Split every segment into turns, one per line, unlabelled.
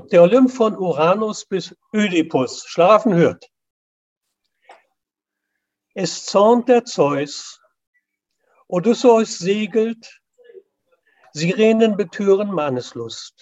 der Olymp von Uranus bis Ödipus schlafen hört. Es zornt der Zeus, Odysseus segelt, Sirenen betüren Manneslust.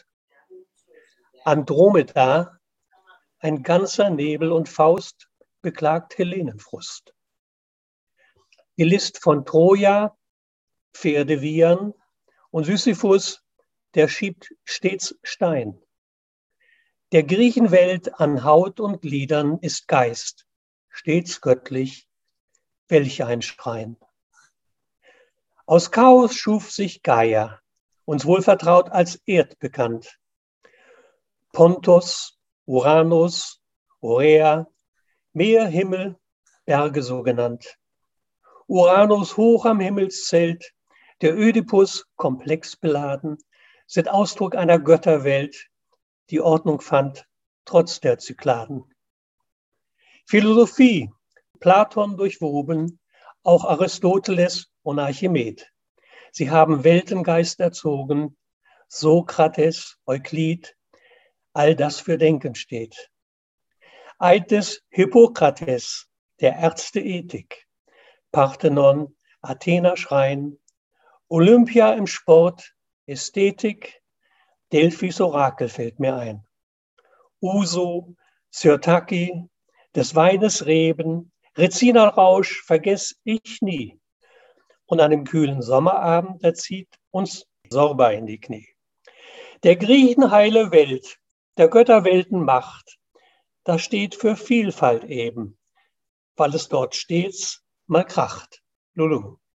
Andromeda, ein ganzer Nebel und Faust, beklagt Helenenfrust. Die List von Troja, Pferde wiehern und Sisyphus, der schiebt stets Stein. Der Griechenwelt an Haut und Gliedern ist Geist, stets göttlich, welch ein Schrein. Aus Chaos schuf sich Gaia, uns wohl vertraut als Erd bekannt. Pontos, Uranus, Orea, Meer, Himmel, Berge so genannt. Uranus hoch am Himmelszelt, der Ödipus komplex beladen, sind Ausdruck einer Götterwelt, die Ordnung fand, trotz der Zykladen. Philosophie, Platon durchwoben, auch Aristoteles und Archimed. Sie haben Weltengeist erzogen, Sokrates, Euklid, all das für Denken steht. Eid des Hippokrates, der Ärzteethik, Parthenon, Athener Schrein, Olympia im Sport, Ästhetik, Delphis Orakel fällt mir ein. Uso, Sirtaki, des Weines Reben, Rezinalrausch vergess ich nie. Und an dem kühlen Sommerabend, da zieht uns Sorba in die Knie. Der Griechen heile Welt, der Götterwelten Macht, das steht für Vielfalt eben, weil es dort stets mal kracht. Lulu.